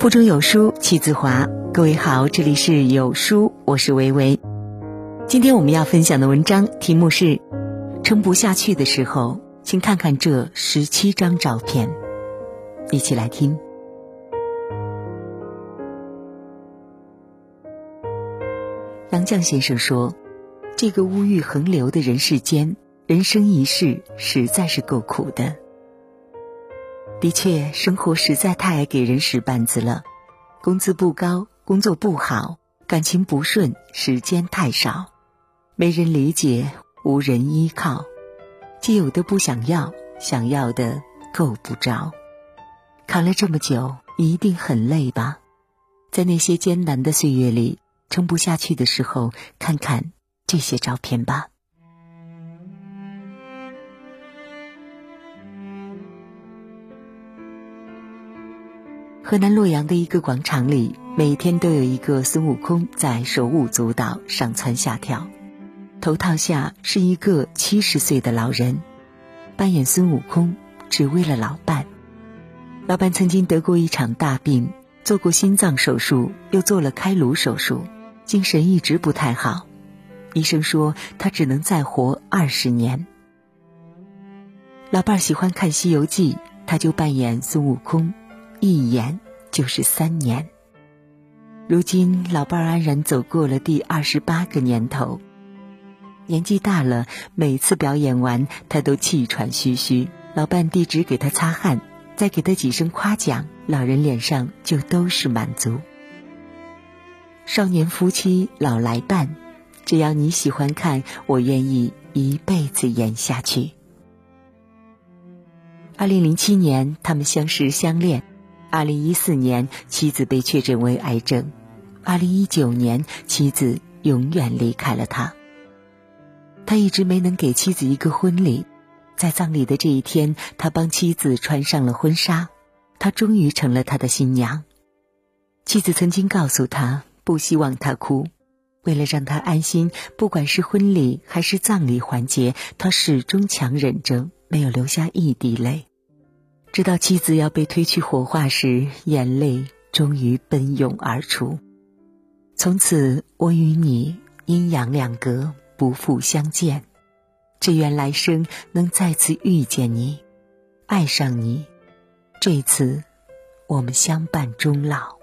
腹中有书气自华。各位好，这里是有书，我是维维。今天我们要分享的文章题目是撑不下去的时候，请看看这17张照片。一起来听。杨绛先生说，这个物欲横流的人世间，人生一世实在是够苦的。的确，生活实在太爱给人使绊子了，工资不高，工作不好，感情不顺，时间太少，没人理解，无人依靠，既有的不想要，想要的够不着。扛了这么久，一定很累吧？在那些艰难的岁月里，撑不下去的时候，看看这些照片吧。河南洛阳的一个广场里，每天都有一个孙悟空在手舞足蹈，上蹿下跳，头套下是一个70岁的老人，扮演孙悟空只为了老伴。老伴曾经得过一场大病，做过心脏手术，又做了开颅手术，精神一直不太好，医生说他只能再活20年。老伴喜欢看《西游记》，他就扮演孙悟空，一演就是3年。如今老伴安然走过了第28个年头，年纪大了，每次表演完他都气喘吁吁，老伴递纸给他擦汗，再给他几声夸奖，老人脸上就都是满足。少年夫妻老来伴，只要你喜欢看，我愿意一辈子演下去。2007年他们相识相恋，2014年妻子被确诊为癌症，2019年妻子永远离开了他。他一直没能给妻子一个婚礼，在葬礼的这一天，他帮妻子穿上了婚纱，他终于成了他的新娘。妻子曾经告诉他，不希望他哭，为了让他安心，不管是婚礼还是葬礼环节，他始终强忍着，没有流下一滴泪。直到妻子要被推去火化时，眼泪终于奔涌而出。从此我与你阴阳两隔，不复相见，只愿来生能再次遇见你，爱上你，这次我们相伴终老。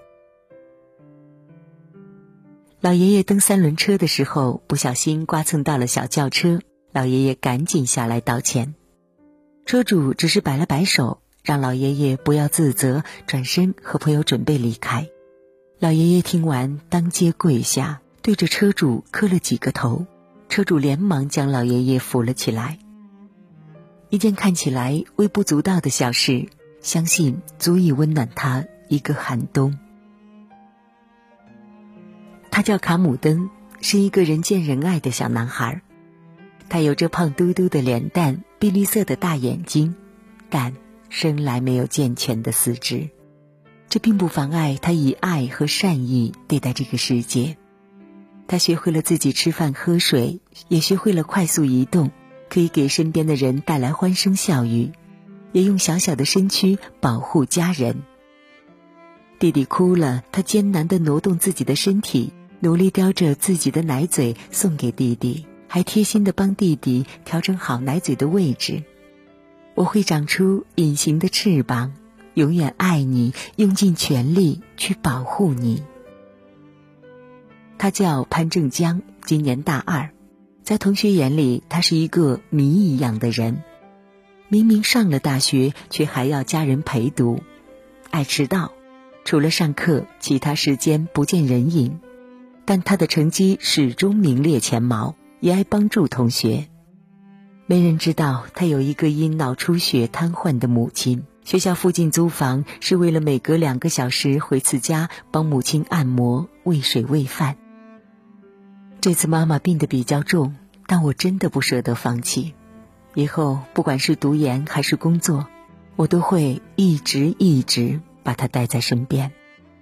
老爷爷蹬3轮车的时候，不小心刮蹭到了小轿车，老爷爷赶紧下来道歉。车主只是摆了摆手，让老爷爷不要自责，转身和朋友准备离开。老爷爷听完当街跪下，对着车主磕了几个头，车主连忙将老爷爷扶了起来。一件看起来微不足道的小事，相信足以温暖他一个寒冬。他叫卡姆登，是一个人见人爱的小男孩。他有着胖嘟嘟的脸蛋，碧绿色的大眼睛，但生来没有健全的四肢，这并不妨碍他以爱和善意对待这个世界。他学会了自己吃饭喝水，也学会了快速移动，可以给身边的人带来欢声笑语，也用小小的身躯保护家人。弟弟哭了，他艰难地挪动自己的身体，努力叼着自己的奶嘴送给弟弟，还贴心地帮弟弟调整好奶嘴的位置。我会长出隐形的翅膀，永远爱你，用尽全力去保护你。他叫潘正江，今年大2，在同学眼里，他是一个谜一样的人。明明上了大学，却还要家人陪读，爱迟到，除了上课，其他时间不见人影。但他的成绩始终名列前茅，也爱帮助同学。没人知道他有一个因脑出血瘫痪的母亲，学校附近租房是为了每隔2个小时回次家帮母亲按摩、喂水喂饭。这次妈妈病得比较重，但我真的不舍得放弃。以后不管是读研还是工作，我都会一直把她带在身边。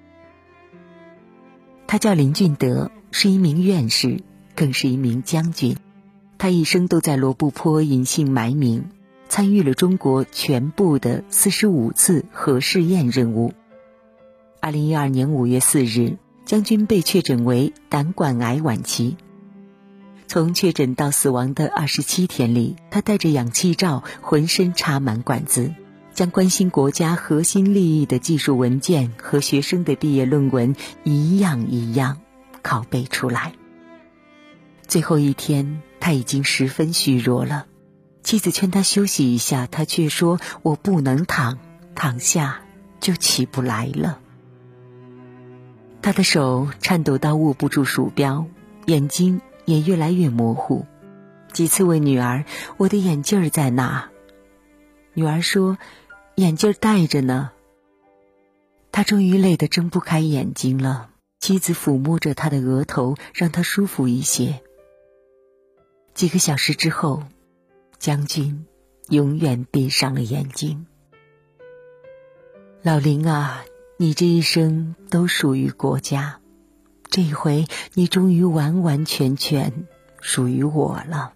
他叫林俊德，是一名院士，更是一名将军。他一生都在罗布泊隐姓埋名，参与了中国全部的45次核试验任务。 2012年5月4日，将军被确诊为胆管癌晚期。从确诊到死亡的27天里，他带着氧气罩，浑身插满管子，将关心国家核心利益的技术文件和学生的毕业论文一样一样拷贝出来。最后一天，他已经十分虚弱了。妻子劝他休息一下，他却说：“我不能躺，躺下就起不来了。”他的手颤抖到握不住鼠标，眼睛也越来越模糊。几次问女儿：“我的眼镜儿在哪？”女儿说：“眼镜戴着呢。”他终于累得睁不开眼睛了。妻子抚摸着他的额头，让他舒服一些。几个小时之后，将军永远闭上了眼睛。老林啊，你这一生都属于国家，这一回你终于完完全全属于我了。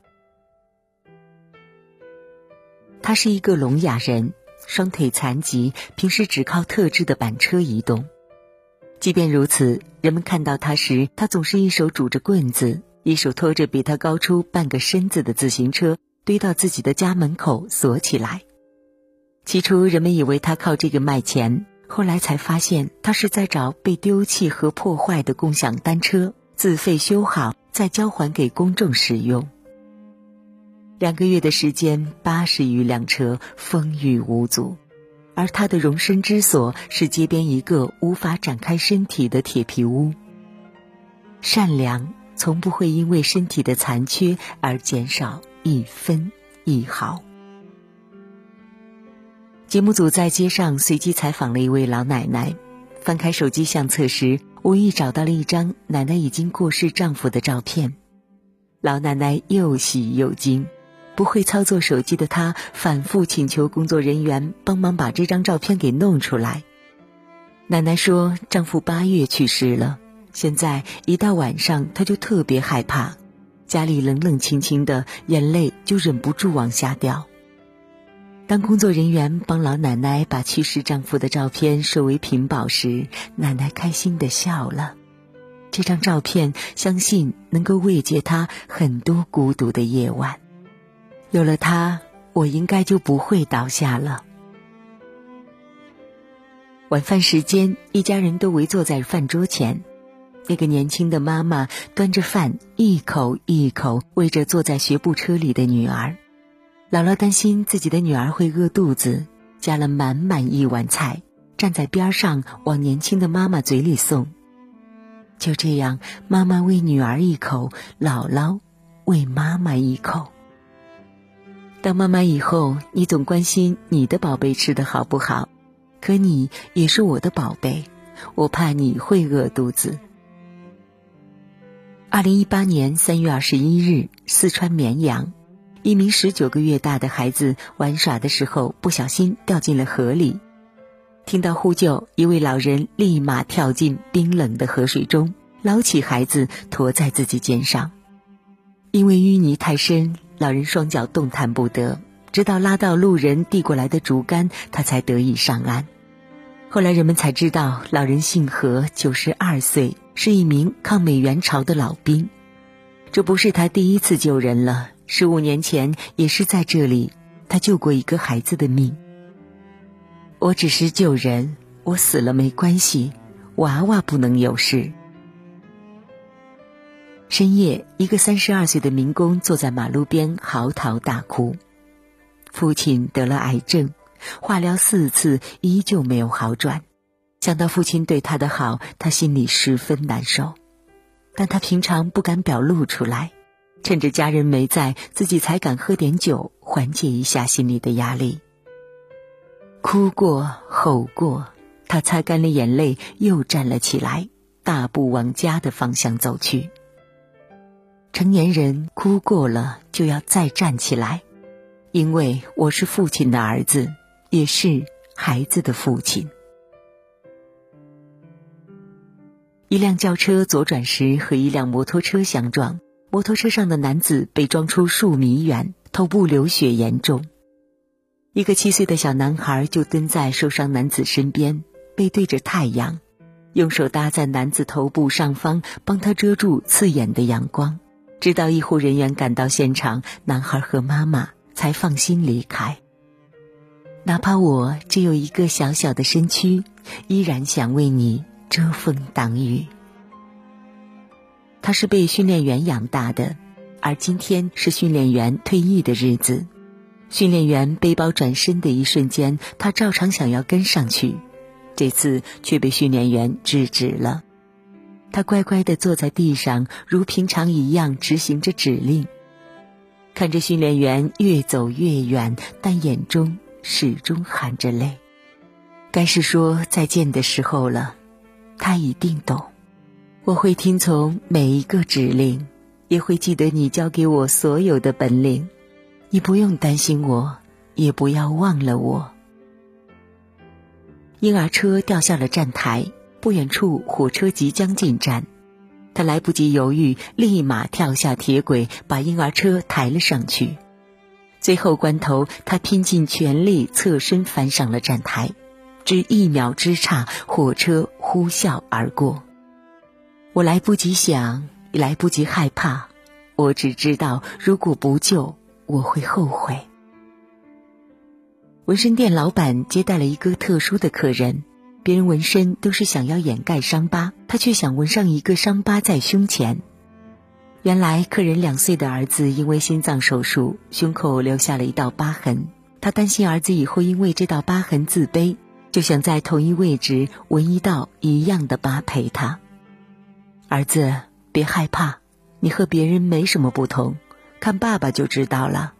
他是一个聋哑人，双腿残疾，平时只靠特制的板车移动。即便如此，人们看到他时，他总是一手拄着棍子，一手拖着比他高出半个身子的自行车，堆到自己的家门口锁起来。起初人们以为他靠这个卖钱，后来才发现他是在找被丢弃和破坏的共享单车，自费修好，再交还给公众使用。2个月的时间，80余辆车风雨无阻，而他的容身之所是街边一个无法展开身体的铁皮屋。善良从不会因为身体的残缺而减少一分一毫。节目组在街上随机采访了一位老奶奶，翻开手机相册时，无意找到了一张奶奶已经过世丈夫的照片。老奶奶又喜又惊，不会操作手机的她反复请求工作人员帮忙把这张照片给弄出来。奶奶说，丈夫8月去世了，现在一到晚上她就特别害怕，家里冷冷清清的，眼泪就忍不住往下掉。当工作人员帮老奶奶把去世丈夫的照片收为屏保时，奶奶开心地笑了。这张照片相信能够慰藉她很多孤独的夜晚。有了它，我应该就不会倒下了。晚饭时间，一家人都围坐在饭桌前。那个年轻的妈妈端着饭，一口一口喂着坐在学步车里的女儿。姥姥担心自己的女儿会饿肚子，夹了满满一碗菜，站在边上往年轻的妈妈嘴里送。就这样，妈妈喂女儿一口，姥姥喂妈妈一口。当妈妈以后，你总关心你的宝贝吃得好不好，可你也是我的宝贝，我怕你会饿肚子。2018年3月21日，四川绵阳，一名19个月大的孩子玩耍的时候不小心掉进了河里。听到呼救，一位老人立马跳进冰冷的河水中，捞起孩子驮在自己肩上。因为淤泥太深，老人双脚动弹不得，直到拉到路人递过来的竹竿，他才得以上岸。后来人们才知道，老人姓何，92岁，是一名抗美援朝的老兵。这不是他第一次救人了，15年前也是在这里，他救过一个孩子的命。我只是救人，我死了没关系，娃娃不能有事。深夜，一个32岁的民工坐在马路边嚎啕大哭。父亲得了癌症，化疗4次依旧没有好转。想到父亲对他的好，他心里十分难受，但他平常不敢表露出来，趁着家人没在，自己才敢喝点酒，缓解一下心里的压力。哭过，吼过，他擦干了眼泪，又站了起来，大步往家的方向走去。成年人哭过了就要再站起来，因为我是父亲的儿子，也是孩子的父亲。一辆轿车左转时和一辆摩托车相撞，摩托车上的男子被撞出数米远，头部流血严重。一个7岁的小男孩就蹲在受伤男子身边，背对着太阳， 用手搭在男子头部上方，帮他遮住刺眼的阳光，直到医护人员赶到现场，男孩和妈妈才放心离开。哪怕我只有一个小小的身躯，依然想为你遮风挡雨。他是被训练员养大的，而今天是训练员退役的日子。训练员背包转身的一瞬间，他照常想要跟上去，这次却被训练员制止了。他乖乖地坐在地上，如平常一样执行着指令，看着训练员越走越远，但眼中始终含着泪。该是说再见的时候了，他一定懂。我会听从每一个指令，也会记得你教给我所有的本领。你不用担心我，也不要忘了我。婴儿车掉下了站台，不远处火车即将进站。他来不及犹豫，立马跳下铁轨，把婴儿车抬了上去。最后关头，他拼尽全力侧身翻上了站台，只1秒之差，火车呼啸而过。我来不及想，也来不及害怕，我只知道如果不救，我会后悔。纹身店老板接待了一个特殊的客人，别人纹身都是想要掩盖伤疤，他却想纹上一个伤疤在胸前。原来客人2岁的儿子因为心脏手术，胸口留下了一道疤痕，他担心儿子以后因为这道疤痕自卑，就想在同一位置纹一道一样的疤陪他。儿子，别害怕，你和别人没什么不同，看爸爸就知道了。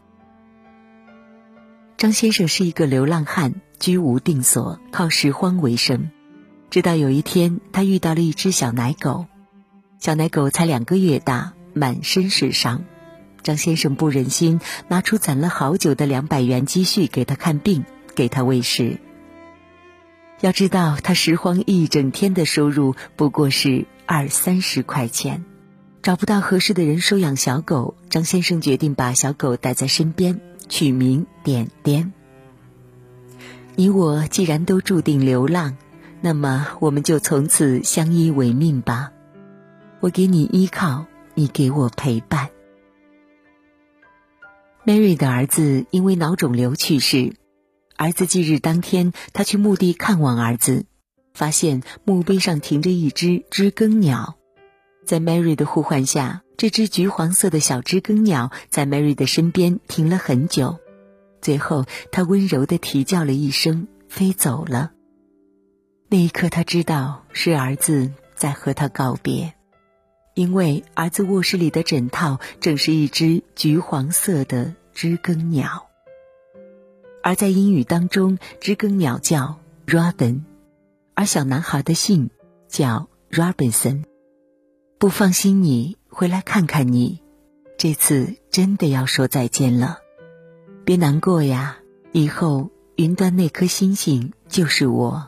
张先生是一个流浪汉，居无定所，靠拾荒为生。直到有一天，他遇到了一只小奶狗，小奶狗才2个月大，满身是伤。张先生不忍心，拿出攒了好久的200元积蓄给他看病，给他喂食。要知道，他拾荒一整天的收入不过是20-30块钱。找不到合适的人收养小狗，张先生决定把小狗带在身边，取名点点。你我既然都注定流浪，那么我们就从此相依为命吧。我给你依靠，你给我陪伴。Mary 的儿子因为脑肿瘤去世，儿子忌日当天，他去墓地看望儿子，发现墓碑上停着一只知更鸟。在 Mary 的呼唤下，这只橘黄色的小知更鸟在 Mary 的身边停了很久，最后它温柔地啼叫了一声，飞走了。那一刻他知道是儿子在和他告别，因为儿子卧室里的枕套正是一只橘黄色的知更鸟。而在英语当中，知更鸟叫 Robin， 而小男孩的姓叫 Robinson。不放心你，回来看看你，这次真的要说再见了。别难过呀，以后云端那颗星星就是我。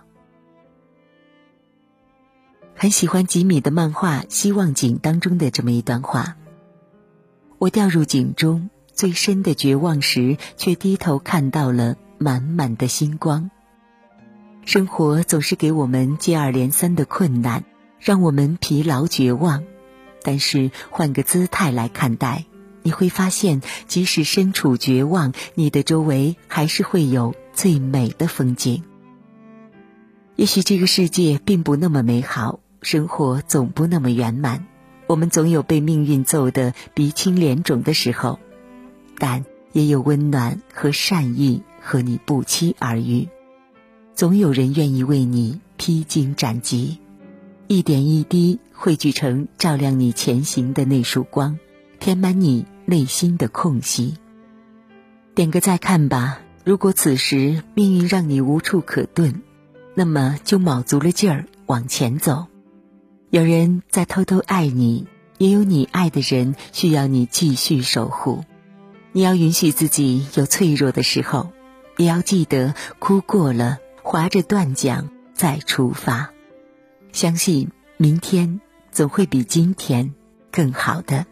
很喜欢吉米的漫画《希望井》当中的这么一段话：我掉入井中最深的绝望时，却低头看到了满满的星光。生活总是给我们接二连三的困难，让我们疲劳绝望，但是换个姿态来看待，你会发现即使身处绝望，你的周围还是会有最美的风景。也许这个世界并不那么美好，生活总不那么圆满，我们总有被命运揍得鼻青脸肿的时候，但也有温暖和善意和你不期而遇，总有人愿意为你披荆斩棘，一点一滴汇聚成照亮你前行的那束光，填满你内心的空隙。点个再看吧，如果此时命运让你无处可遁，那么就卯足了劲儿往前走。有人在偷偷爱你，也有你爱的人需要你继续守护。你要允许自己有脆弱的时候，也要记得哭过了，划着断桨再出发。相信明天总会比今天更好的。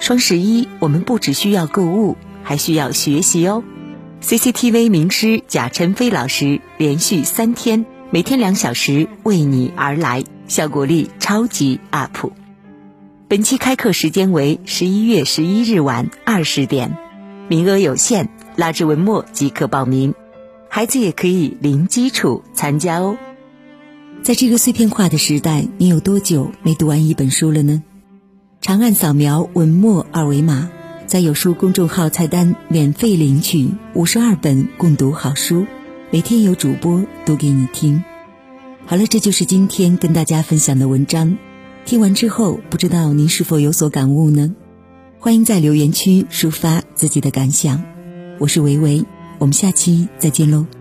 双11我们不只需要购物，还需要学习哦。CCTV 名师贾晨飞老师连续3天，每天2小时为你而来，效果力超级 UP。 本期开课时间为11月11日晚20点，名额有限，拉至文末即可报名，孩子也可以零基础参加哦。在这个碎片化的时代，你有多久没读完一本书了呢？长按扫描文末二维码，在有书公众号菜单免费领取52本共读好书，每天有主播读给你听。好了，这就是今天跟大家分享的文章。听完之后，不知道您是否有所感悟呢？欢迎在留言区抒发自己的感想。我是维维，我们下期再见喽。